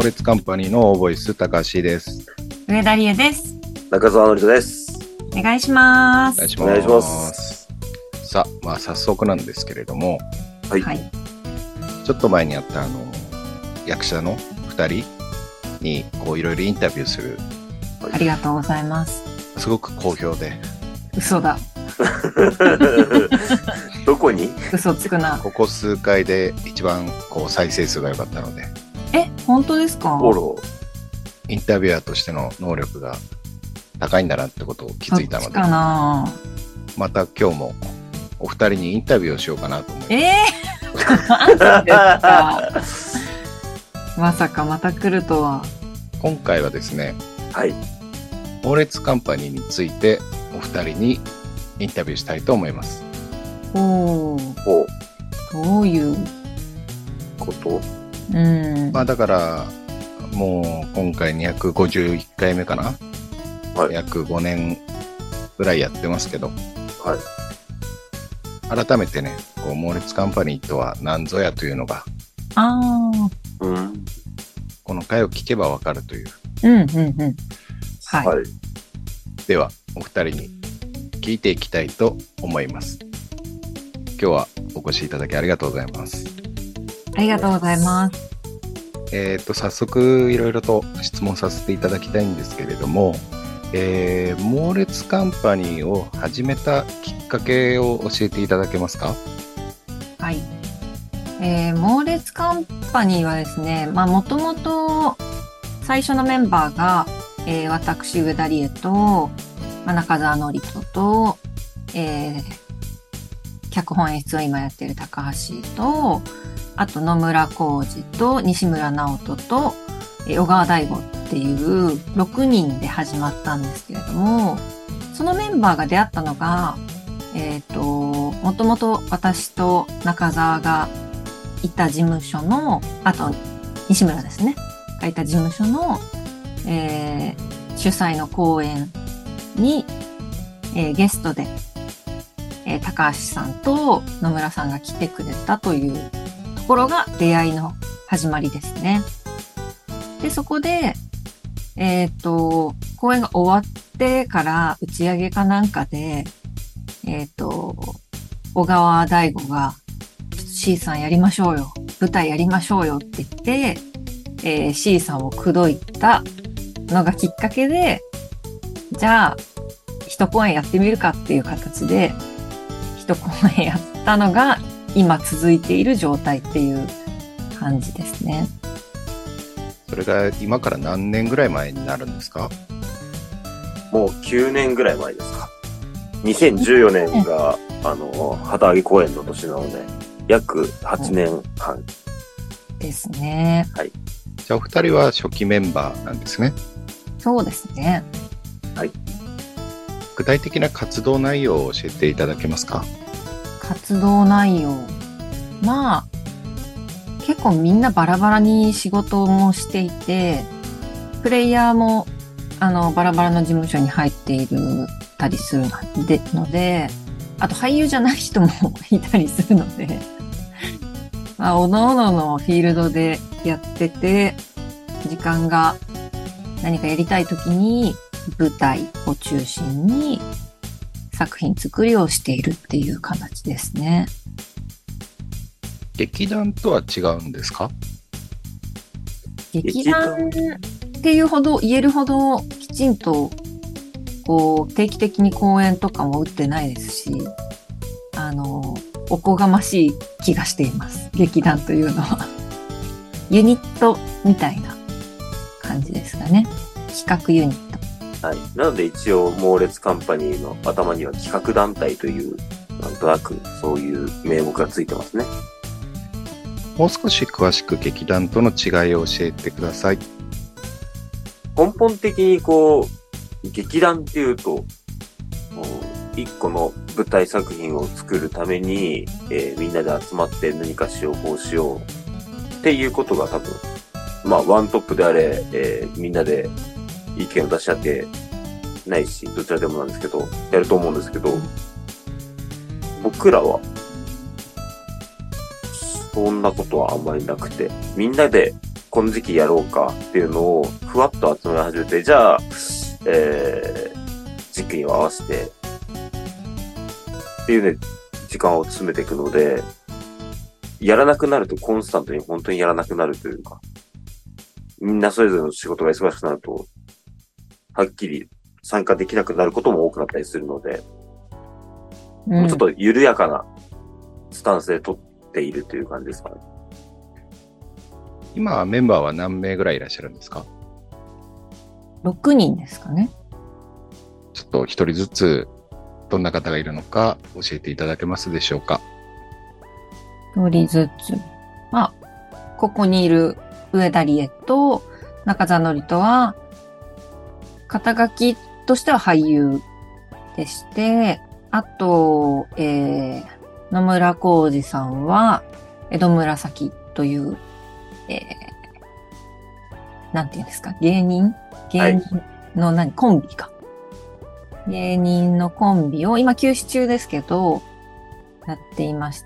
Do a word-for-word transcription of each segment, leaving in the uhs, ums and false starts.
レツカンパニーのボイス高橋です。 上田理恵です。 中澤のりとです。 お願いします。 お願いします。お願いします。さあ、まあ早速なんですけれども、 はい。 ちょっと前にあったあの役者のふたりにこういろいろインタビューする。 ありがとうございます。 すごく好評で。 嘘だ。 どこに？ 嘘つくな。 ここ数回で一番こう再生数が良かったので。 え、本当ですか？ インタビュアーとしての能力が高いんだなってことを気づいたので。 かな。また今日もお二人にインタビューをしようかなと思います。 えー、マジですか？まさかまた来るとは。 今回はですね、 はい。 モレツカンパニーについてお二人にインタビューしたいと思います。 おー。 お。 どういうこと？ うん。 まあだからもう今回にひゃくごじゅういっかいめかな。はい。約ごねんぐらいやってますけど。 はい。 改めてね、こうモレツカンパニーとは何ぞやというのが。 ああ。うん。 この回を聞けばわかるという。 うんうんうん。はい。はい、 ではお二人に聞いていきたいと思います。今日はお越しいただきありがとうございます。 ありがとうございます。 えっと早速いろいろと質問させていただきたいんですけれども、えー、モーレツカンパニーを始めたきっかけを教えていただけますか？ はい。えー、モーレツカンパニーはですね、まあもともと最初のメンバーが、えー、私上田理恵と、まあ、中澤典人と、えー、脚本演出を今やっている高橋と、あと野村浩二と西村直人と、えー、小川大吾っていうろくにんで始まったんですけれども、そのメンバーが出会ったのが、えっと、もともと私と中澤がいた事務所の、あと西村ですね、がいた事務所の、えー、主催の公演に、えー、ゲストで、えー、高橋さんと野村さんが来てくれたというところが出会いの始まりですね。で、そこで、えっと、公演が終わってから打ち上げかなんかで、えっと、小川大吾が、C さんやりましょうよ。舞台やりましょうよって言って、えー、C さんを口説いたのがきっかけで、じゃあ、一公演やってみるかっていう形で、一公演やったのが今続いている状態っていう感じですね。 それが今から何年ぐらい前になるんですか？ もうきゅうねんぐらい前ですか。にせんじゅうよねんが、あの、旗揚げ公演の年なので、約はちねんはん。 ですね。 はい。 じゃあお二人は初期メンバーなんですね。 そうですね。 はい。 具体的な活動内容を教えていただけますか？ 活動内容。まあ、結構みんなバラバラに仕事もしていて、プレイヤーもあのバラバラの事務所に入っているたりするの で, ので、あと俳優じゃない人もいたりするので、まあ、おのおののフィールドでやってて、時間が何かやりたいときに舞台を中心に作品作りをしているっていう形ですね。 劇団とは違うんですか？ 劇団っていうほど、言えるほどきちんとこう定期的に公演とかも打ってないですし、あの、おこがましい気がしています。劇団というのは。ユニットみたいな感じですかね。企画ユニット。はい。なので一応、モーレツカンパニーの頭には企画団体という、なんとなくそういう名目がついてますね。 もう少し詳しく劇団との違いを教えてください。 根本的にこう、劇団っていうと、一個の舞台作品を作るために、えー、みんなで集まって何かしよう、こうしようっていうことが多分、まあワントップであれ、えー、みんなで意見を出し合ってないし、どちらでもなんですけど、やると思うんですけど、僕らはそんなことはあんまりなくて、みんなでこの時期やろうかっていうのをふわっと集め始めて、じゃあ、えー、時期に合わせてっていうね、時間を詰めていくので、やらなくなるとコンスタントに本当にやらなくなるというか、みんなそれぞれの仕事が忙しくなると、はっきり参加できなくなることも多くなったりするので、 うん、 ちょっと緩やかなスタンスで取っているという感じですかね。 今、メンバーは何名ぐらいいらっしゃるんですか？ ろくにんですかね。 ちょっと一人ずつどんな方がいるのか教えていただけますでしょうか？ 一人ずつ。まあ、ここにいる上田理恵と中澤典人は、肩書きとしては俳優でして、あと、えー、野村浩二さんは、江戸紫という、えー、なんていうんですか、芸人芸人の何、はい、コンビか。芸人のコンビを、今休止中ですけど、やっていまして、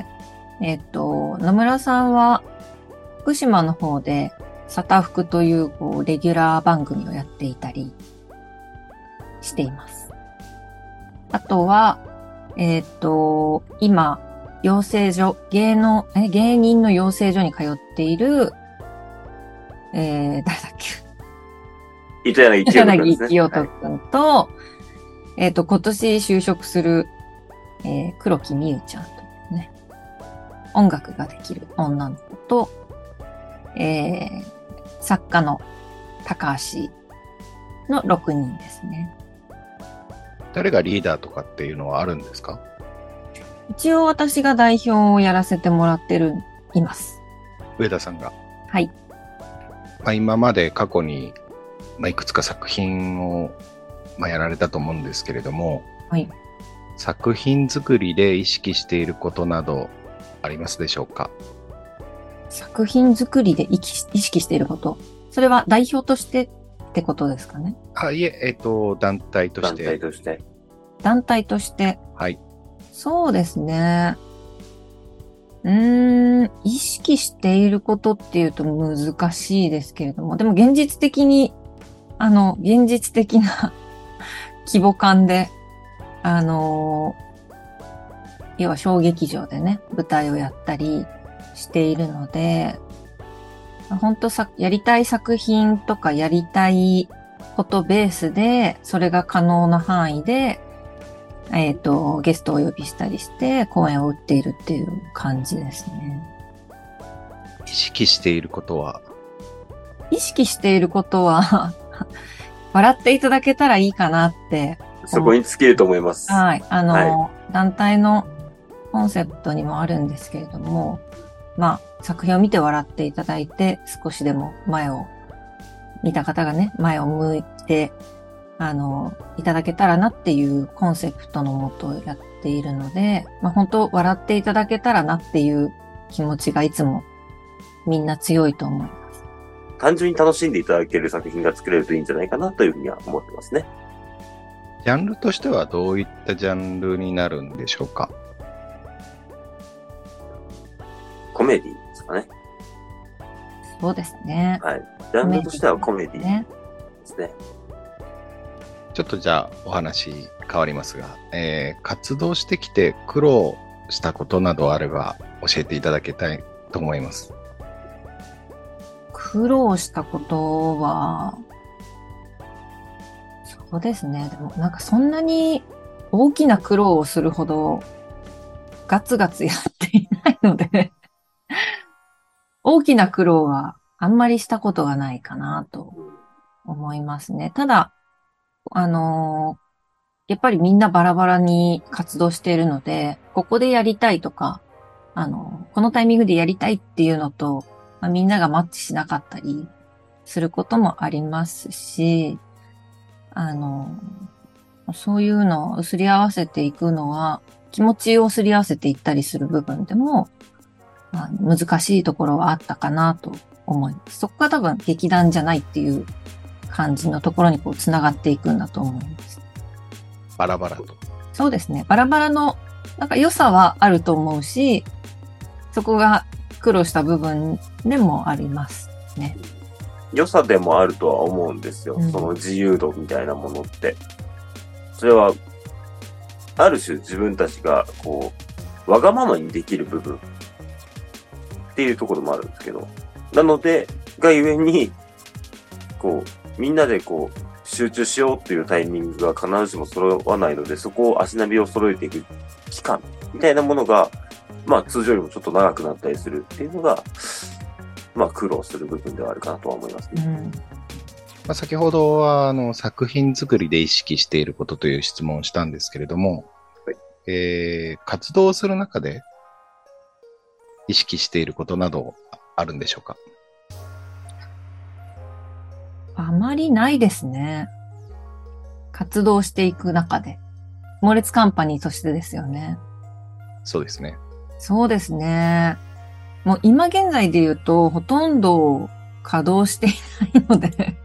えっと、野村さんは、福島の方で、サタフクという、こう、レギュラー番組をやっていたりしています。あとは、えっと、今、養成所、芸能、え、芸人の養成所に通っている、えー、誰だっけ？ 糸柳一葉人くんと、はい、えっと、今年就職する、えー、黒木美優ちゃんというね、音楽ができる女の子と、えー、作家の高橋のろくにんですね。 誰がリーダーとかっていうのはあるんですか？ 一応私が代表をやらせてもらってる、います。 上田さんが。 はい。 まあ、今まで過去に、まあ、いくつか作品を、まあ、やられたと思うんですけれども、 はい。 作品作りで意識していることなどありますでしょうか？ 作品作りで意識していること。それは代表としてってことですかね？ あ、いえ、えっと、団体として。 団体として。 団体として。 はい。 そうですね。うーん、意識していることっていうと難しいですけれども、でも現実的に、あの、現実的な規模感で、あの、要は小劇場でね、舞台をやったりしているので、本当さ、やりたい作品とかやりたいことベースで、それが可能な範囲で、えっと、ゲストをお呼びしたりして公演を打っているっていう感じですね。 意識していることは意識していることは笑っていただけたらいいかなって。 そこに尽きると思います。 はい。あの、 はい、 団体のコンセプトにもあるんですけれども、まあ、作品を見て笑っていただいて、少しでも前を、見た方がね、前を向いて、あの、いただけたらなっていうコンセプトのもとやっているので、まあ本当笑っていただけたらなっていう気持ちがいつもみんな強いと思います。 単純に楽しんでいただける作品が作れるといいんじゃないかなというふうには思ってますね。 ジャンルとしてはどういったジャンルになるんでしょうか？ コメディですかね。 そうですね。 はい。ジャンルとしてはコメディですね。 ちょっとじゃあお話変わりますが、えー、活動してきて苦労したことなどあれば教えていただきたいと思います。 苦労したことは、そうですね。でもなんかそんなに大きな苦労をするほどガツガツやっていないので大きな苦労はあんまりしたことがないかなと思いますね。ただ、あのー、やっぱりみんなバラバラに活動しているので、ここでやりたいとか、あのー、このタイミングでやりたいっていうのと、まあ、みんながマッチしなかったりすることもありますし、あのー、そういうのをすり合わせていくのは、気持ちをすり合わせていったりする部分でも、まあ、難しいところはあったかなと思います。そこが多分劇団じゃないっていう感じのところにこう繋がっていくんだと思います。 バラバラと。 そうですね。バラバラのなんか良さはあると思うし、そこが苦労した部分でもあります。 ね。 良さでもあるとは思うんですよ。 うん、 その自由度みたいなものって。それは、ある種自分たちが、こう、わがままにできる部分っていうところもあるんですけど。なので、がゆえに、こう、みんなでこう、集中しようっていうタイミングが必ずしも揃わないので、そこを足並みを揃えていく期間みたいなものが、まあ通常よりもちょっと長くなったりするっていうのが、まあ苦労する部分ではあるかなとは思いますね。 うんまあ、先ほどはあの作品作りで意識していることという質問をしたんですけれども、 はいえー、活動する中で意識していることなどあるんでしょうか？ あまりないですね。活動していく中で。モレツカンパニーとしてですよね。 そうですね。 そうですね。もう今現在で言うと、ほとんど稼働していないので。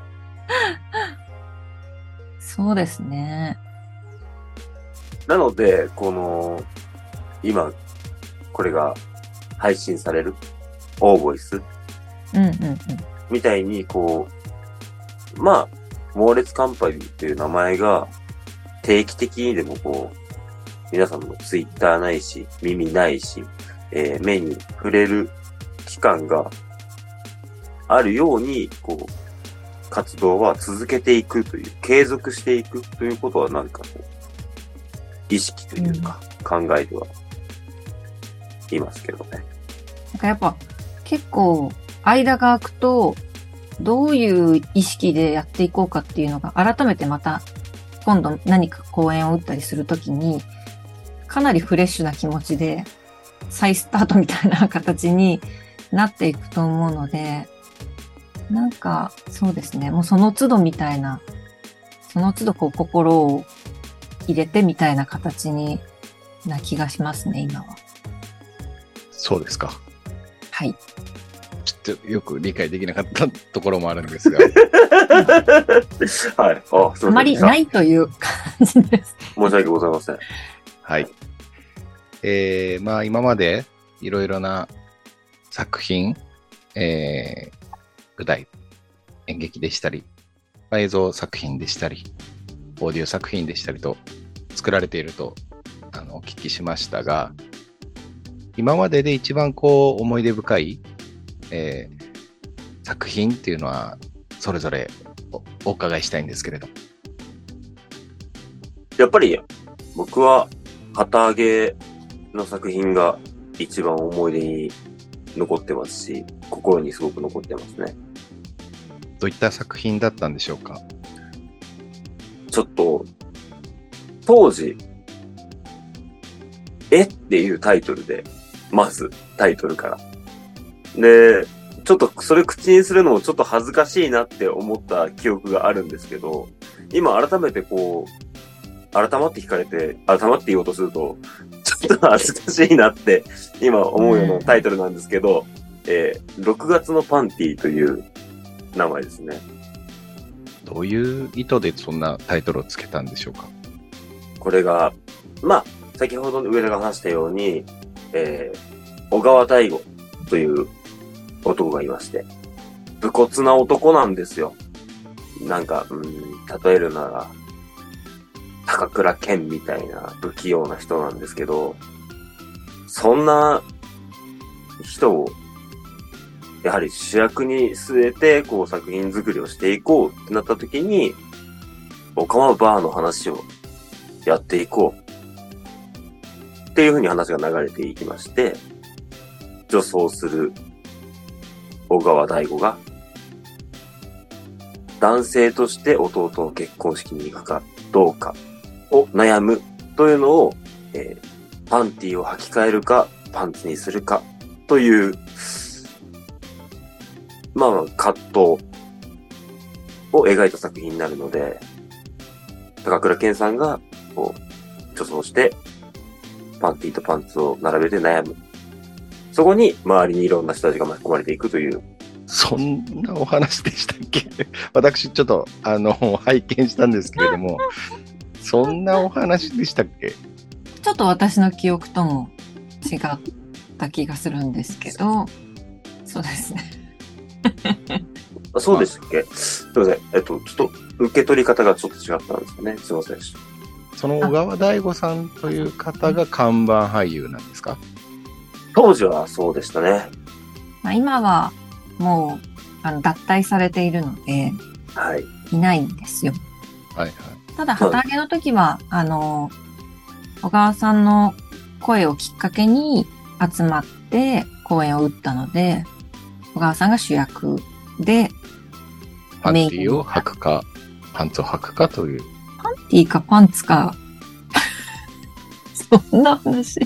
そうですね。 なので、この、今、これが配信される、オーボイスうんうんうん。 みたいに、こう、まあ、猛烈カンパニーっていう名前が定期的にでもこう、皆さんのツイッターないし、耳ないし、えー、目に触れる期間があるように、こう、活動は続けていくという、継続していくということは何かこう、意識というか考えてはいますけどね。 なんかやっぱ結構間が空くと、どういう意識でやっていこうかっていうのが改めてまた今度何か講演を打ったりするときにかなりフレッシュな気持ちで再スタートみたいな形になっていくと思うので、なんかそうですね、もうその都度みたいな、その都度こう心を入れてみたいな形にな気がしますね、今は。 そうですか。 はい。 ちょっとよく理解できなかったところもあるんですが。 はい。あ、 あまりないという感じです。 申し訳ございません。 はい。えー、まあ今までいろいろな作品、えー、舞台、演劇でしたり、映像作品でしたり、オーディオ作品でしたりと作られているとあのお聞きしましたが、今までで一番こう思い出深い、えー、作品っていうのはそれぞれ お, お伺いしたいんですけれど。 やっぱり僕は旗揚げの作品が一番思い出に残ってますし、心にすごく残ってますね。 どういった作品だったんでしょうか？ ちょっと当時えっていうタイトルで、まずタイトルから。で、ちょっとそれ口にするのもちょっと恥ずかしいなって思った記憶があるんですけど、今改めてこう、改まって聞かれて、改まって言おうとすると、ちょっと恥ずかしいなって今思うようなタイトルなんですけど、えー、ろくがつのパンティという名前ですね。 どういう意図でそんなタイトルをつけたんでしょうか？ これが、まあ、先ほど上田が話したように、えー、小川大吾という男がいまして、武骨な男なんですよ。なんか、うん、例えるなら、高倉健みたいな不器用な人なんですけど、そんな人を、やはり主役に据えて、こう作品作りをしていこうってなった時に、オカマバーの話をやっていこう。っていう風に話が流れていきまして、女装する小川大吾が、男性として弟の結婚式に行くかどうかを悩むというのを、えー、パンティを履き替えるか、パンツにするかという、まあ、葛藤を描いた作品になるので、高倉健さんが、こう、女装して、パンティとパンツを並べて悩む。そこに周りにいろんな人たちが巻き込まれていくという。 そんなお話でしたっけ？私ちょっとあの拝見したんですけれども、そんなお話でしたっけ？ ちょっと私の記憶とも違った気がするんですけど、そうですね。 あ、そうでしたっけ？すいません。えっと、ちょっと、受け取り方がちょっと違ったんですよね。すいませんでした。 その小川大吾さんという方が看板俳優なんですか？ 当時はそうでしたね。 まあ、今はもうあの脱退されているので、 はい。 いないんですよ。 はいはい。 ただ、旗揚げの時は、あの、小川さんの声をきっかけに集まって公演を打ったので、小川さんが主役で、 パンティーを履くか、パンツを履くかという。 パンティーかパンツか、そんな話。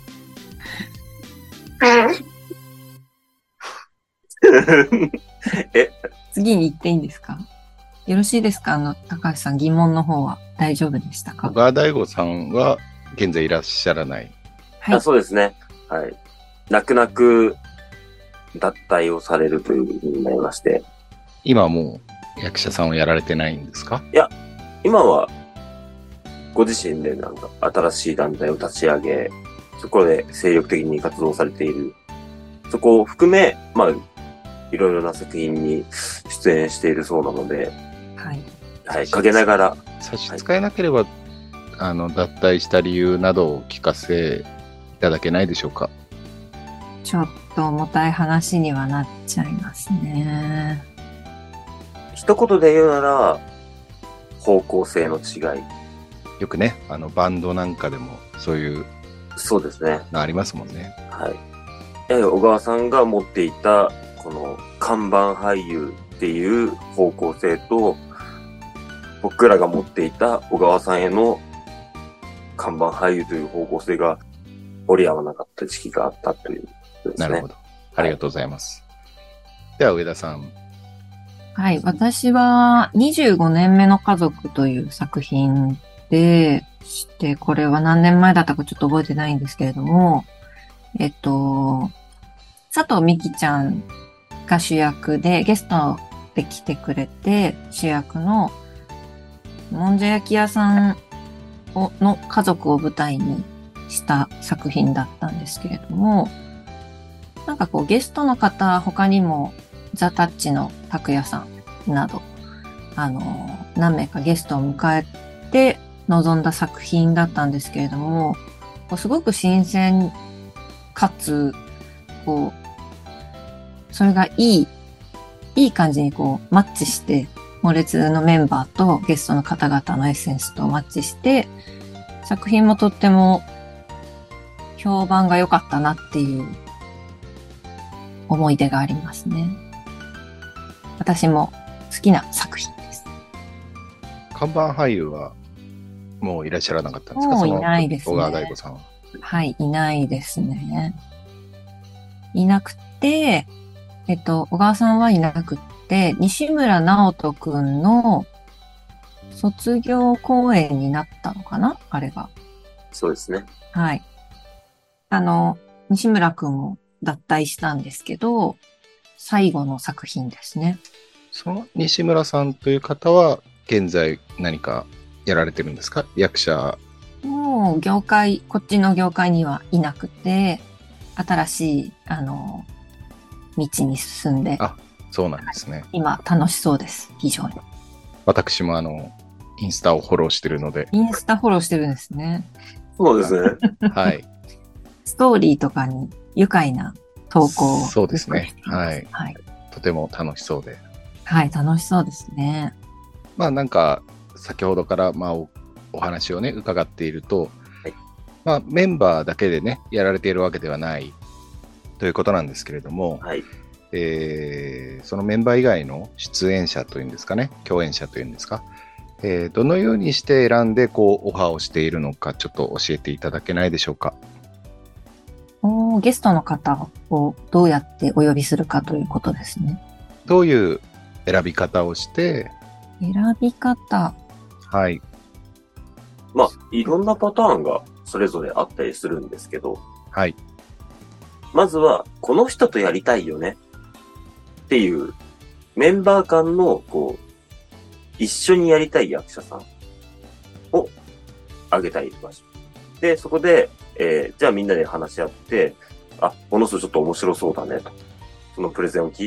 え次に行っていいんですか？よろしいですか？あの、高橋さん、疑問の方は大丈夫でしたか？ 小川大吾さんは現在いらっしゃらない。 はい。 あ、そうですね。はい。泣く泣く脱退をされるという風になりまして。 今はもう役者さんをやられてないんですか？ いや、今はご自身でなんか新しい団体を立ち上げ、そこで精力的に活動されている。そこを含め、まあ、いろいろな作品に出演しているそうなので、 はい。 はい、陰ながら。 差し支えなければ、はい、あの、脱退した理由などを聞かせいただけないでしょうか？ ちょっと重たい話にはなっちゃいますね。 一言で言うなら、方向性の違い。 よくね、あの、バンドなんかでもそういう、 そうですね。 ありますもんね。 はい。やはり小川さんが持っていた、この看板俳優っていう方向性と、僕らが持っていた小川さんへの看板俳優という方向性が折り合わなかった時期があったということですね。 なるほど。ありがとうございます。はい、では上田さん。 はい。私はにじゅうごねんめの家族という作品でして、これは何年前だったかちょっと覚えてないんですけれども、えっと、佐藤美希ちゃんが主役でゲストで来てくれて、主役のもんじゃ焼き屋さんをの家族を舞台にした作品だったんですけれども、なんかこうゲストの方、他にもザ・タッチの拓也さんなど、あの、何名かゲストを迎えて臨んだ作品だったんですけれども、すごく新鮮かつ、こう、それがいい、いい感じにこうマッチして、猛烈のメンバーとゲストの方々のエッセンスとマッチして、作品もとっても評判が良かったなっていう思い出がありますね。私も好きな作品です。 看板俳優はもういらっしゃらなかったんですか？ もういないですね。 小川大吾さんは。 はい、いないですね。いなくて、えっと、小川さんはいなくて、西村直人くんの卒業公演になったのかな？あれが。 そうですね。 はい。あの、西村くんも脱退したんですけど、最後の作品ですね。 その西村さんという方は、現在何かやられてるんですか？役者。 もう業界、こっちの業界にはいなくて、新しい、あの、道に進んで。 あ、そうなんですね。 今楽しそうです。非常に。 私もあの、インスタをフォローしてるので。 インスタフォローしてるんですね。 そうですね。 はい。 ストーリーとかに愉快な投稿を。 そうですね。はい。 はい。 とても楽しそうで。 はい、楽しそうですね。 まあなんか、先ほどからまあ お, お話をね、伺っていると、 はい、 まあメンバーだけでね、やられているわけではないということなんですけれども、 はい、 えー、そのメンバー以外の出演者というんですかね、共演者というんですか、えー、どのようにして選んでこうオファーをしているのか、ちょっと教えていただけないでしょうか。 おゲストの方をどうやってお呼びするかということですね。 どういう選び方をして、 選び方。 はい。 まあ、いろんなパターンがそれぞれあったりするんですけど、 はい。 まずは、この人とやりたいよねっていうメンバー間の、こう、一緒にやりたい役者さんを挙げたりとかします。で、そこで、えー、じゃあみんなで話し合って、あ、この人ちょっと面白そうだねと。そのプレゼンを聞いて、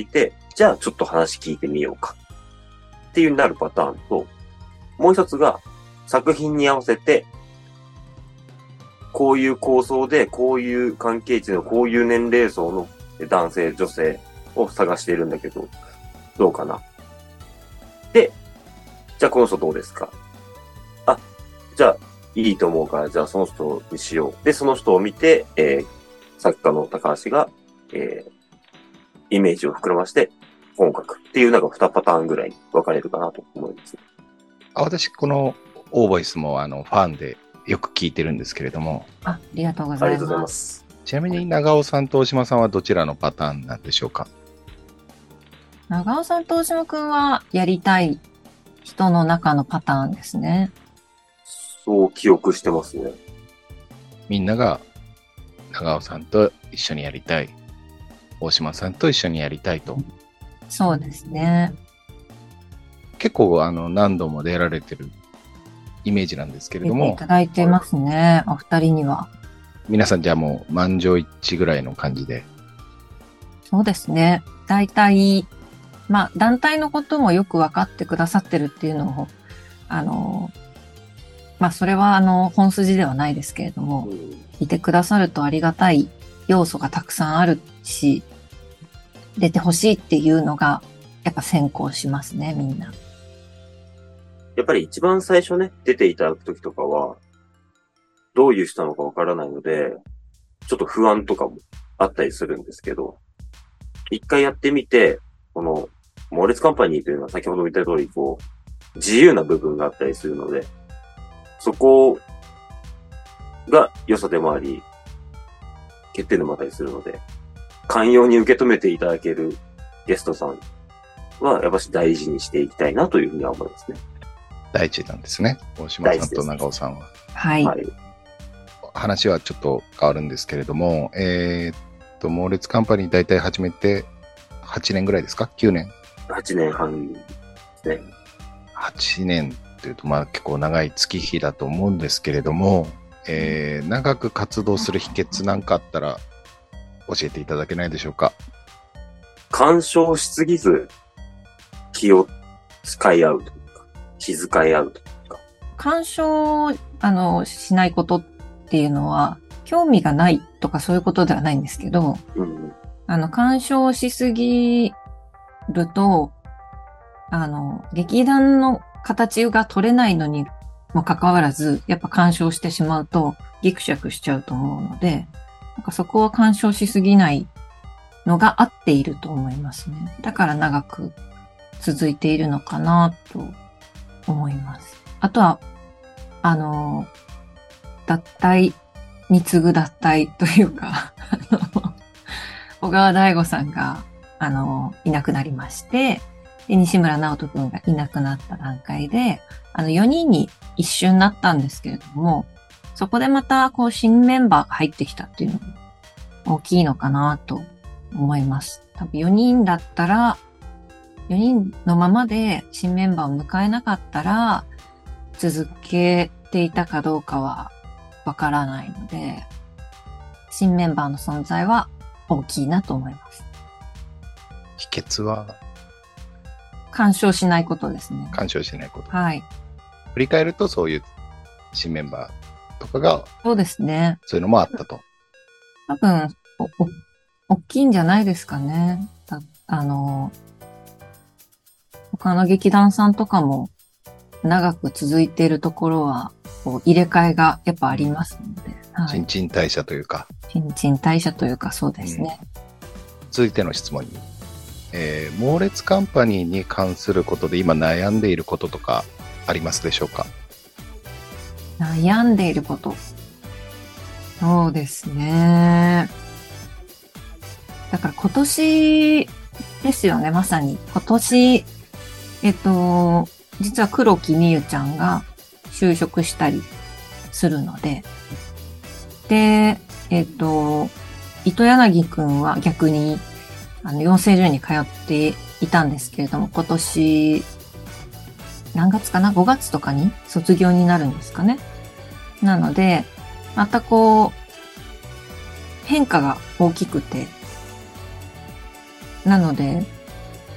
じゃあちょっと話聞いてみようかっていうなるパターンと、もう一つが作品に合わせて、こういう構想で、こういう関係値のこういう年齢層の男性、女性を探しているんだけど、どうかな。で、じゃあこの人どうですか。あ、じゃあいいと思うから、じゃあその人にしよう。で、その人を見て、えー、作家の高橋が、えー、イメージを膨らまして本を書くっていうなんかにパターンぐらいに分かれるかなと思います。 あ、私、このオーボイスもあのファンでよく聞いてるんですけれども。 あ、ありがとうございます。 ありがとうございます。 ちなみに長尾さんと大島さんはどちらのパターンなんでしょうか。 長尾さんと大島くんはやりたい人の中のパターンですね。 そう記憶してますね。 みんなが長尾さんと一緒にやりたい、大島さんと一緒にやりたいと。 そうですね。 結構あの何度も出られてるイメージなんですけれども。 出ていただいてますね、お二人には。 皆さんじゃあもう満場一致ぐらいの感じで。 そうですね。大体、まあ団体のこともよく分かってくださってるっていうのを、あの、まあそれはあの本筋ではないですけれども、いてくださるとありがたい要素がたくさんあるし、出てほしいっていうのがやっぱ先行しますね、みんな。 やっぱり一番最初ね、出ていただくときとかは、どういう人なのかわからないので、ちょっと不安とかもあったりするんですけど、一回やってみて、この、猛烈カンパニーというのは先ほど言った通り、こう、自由な部分があったりするので、そこが良さでもあり、欠点でもあったりするので、寛容に受け止めていただけるゲストさんは、やっぱし大事にしていきたいなというふうには思いますね。 大事なんですね。大島さんと長尾さんは。 はい。はい、 話はちょっと変わるんですけれども、えー、っと、猛烈カンパニー大体始めてはちねんぐらいですか ?きゅう 年 ? はちねんはんですね。 はちねんというと、まあ結構長い月日だと思うんですけれども、えー、長く活動する秘訣なんかあったら教えていただけないでしょうか。 干渉しすぎず気を使い合うというか、気遣い合うというか。 干渉、あの、しないことっていうのは、興味がないとかそういうことではないんですけど、うん、あの、干渉しすぎると、あの、劇団の形が取れないのにもかかわらず、やっぱ干渉してしまうとギクシャクしちゃうと思うので、なんかそこは干渉しすぎないのが合っていると思いますね。だから長く続いているのかなと思います。あとは、あの、脱退に次ぐ脱退というか、あの、小川大吾さんが、あの、いなくなりまして、で西村直人くんがいなくなった段階で、あのよにんに一瞬なったんですけれども、そこでまたこう新メンバーが入ってきたっていうのも大きいのかなと思います。多分よにんだったら、よにんのままで新メンバーを迎えなかったら、続けていたかどうかはわからないので、新メンバーの存在は大きいなと思います。 秘訣は干渉しないことですね。 干渉しないこと。 はい。 振り返るとそういう新メンバーとかが、 そうですね。 そういうのもあったと。 多分、お、お、大きいんじゃないですかね。あの、他の劇団さんとかも長く続いているところは、こう入れ替えがやっぱありますので。 はい、新陳代謝というか。 新陳代謝というか、そうですね。うん、 続いての質問に。えー、猛烈カンパニーに関することで今悩んでいることとかありますでしょうか？ 悩んでいること。そうですね。だから今年ですよね、まさに。今年、えっと、実は黒木美優ちゃんが就職したりするので、で、えっと、糸柳くんは逆にあの、養成所に通っていたんですけれども、今年、何月かな ?ご 月とかに卒業になるんですかね。なので、またこう、変化が大きくて、なので、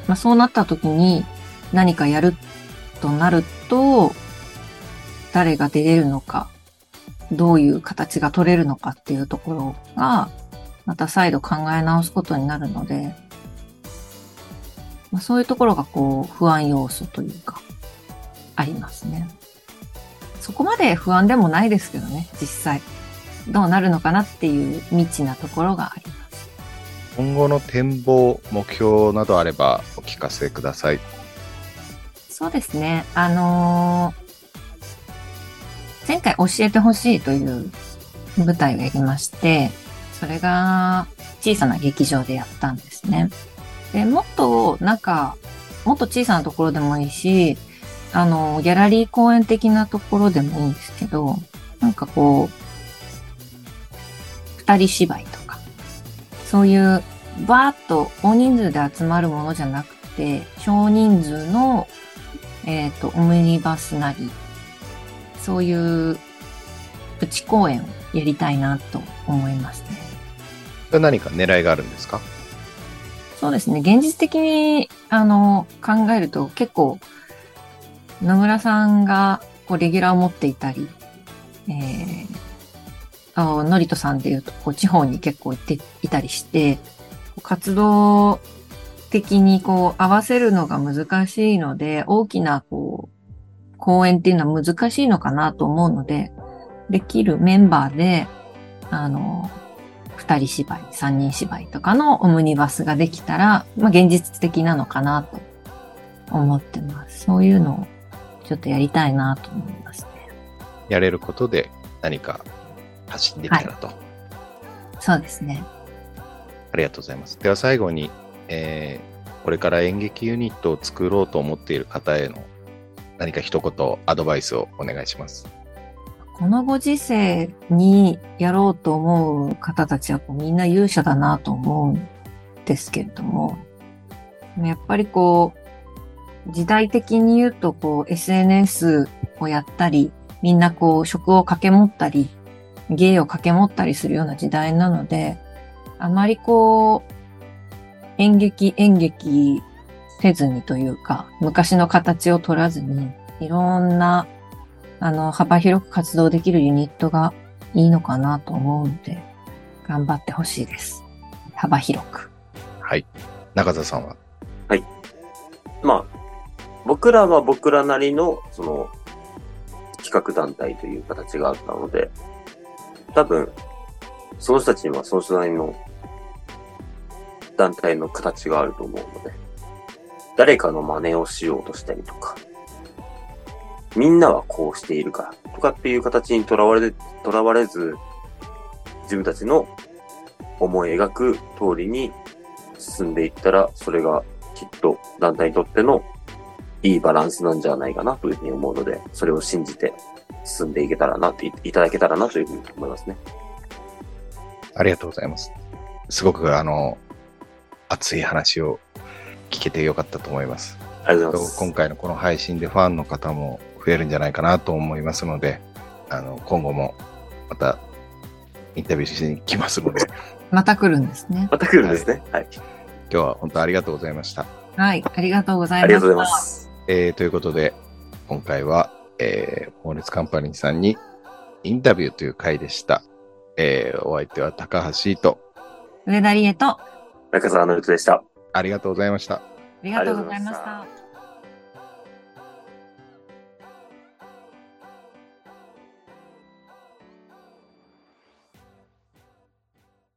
まあ、そうなった時に何かやるとなると、誰が出れるのか、どういう形が取れるのかっていうところが、また再度考え直すことになるので、まあ、そういうところがこう不安要素というか、ありますね。そこまで不安でもないですけどね、実際。どうなるのかなっていう未知なところがあります。 今後の展望、目標などあればお聞かせください。 そうですね。あのー、前回教えてほしいという舞台をやりまして、それが小さな劇場でやったんですね。で、もっとなんか、もっと小さなところでもいいし、あの、ギャラリー公演的なところでもいいんですけど、なんかこう、二人芝居とか、そういうバーッと大人数で集まるものじゃなくて、少人数の、えっと、オムニバスなり、そういうプチ公演をやりたいなと思いますね。 何か狙いがあるんですか？ そうですね。現実的に、あの、考えると結構、野村さんがこうレギュラーを持っていたり、えー、あのりとさんでいうとこう地方に結構行っていたりして、活動的にこう合わせるのが難しいので、大きなこう公演っていうのは難しいのかなと思うので、できるメンバーで、あの、二人芝居、三人芝居とかのオムニバスができたら、まあ現実的なのかなと思ってます。そういうのをちょっとやりたいなと思いますね。 やれることで何か発信できたらと。はい、 そうですね。 ありがとうございます。では最後に、えー、これから演劇ユニットを作ろうと思っている方への何か一言アドバイスをお願いします。 このご時世にやろうと思う方たちはこうみんな勇者だなと思うんですけれども、やっぱりこう、時代的に言うとこう エスエヌエス をやったり、みんなこう職を掛け持ったり、芸を掛け持ったりするような時代なので、あまりこう、演劇演劇せずにというか、昔の形を取らずに、いろんなあの、幅広く活動できるユニットがいいのかなと思うので、頑張ってほしいです。幅広く。 はい。中澤さんは？ はい。まあ、僕らは僕らなりの、その、企画団体という形があったので、多分、その人たちにはその人なりの団体の形があると思うので、誰かの真似をしようとしたりとか、みんなはこうしているからとかっていう形にとらわれ、とらわれず、自分たちの思い描く通りに進んでいったら、それがきっと団体にとってのいいバランスなんじゃないかなというふうに思うので、それを信じて進んでいけたらなっていただけたらなというふうに思いますね。 ありがとうございます。すごくあの、熱い話を聞けてよかったと思います。 ありがとうございます。 今回のこの配信でファンの方も増えるんじゃないかなと思いますので、あの今後もまたインタビューしに来ますので。 また来るんですね。 また来るんですね。はい。はい、 今日は本当ありがとうございました。 はい、ありがとうございました。 ありがとうございます。 えー、ということで、今回は、えー、モーレツカンパニーさんにインタビューという回でした。えー、お相手は高橋と上田理恵と中澤のりとでした。 ありがとうございました。ありがとうございました。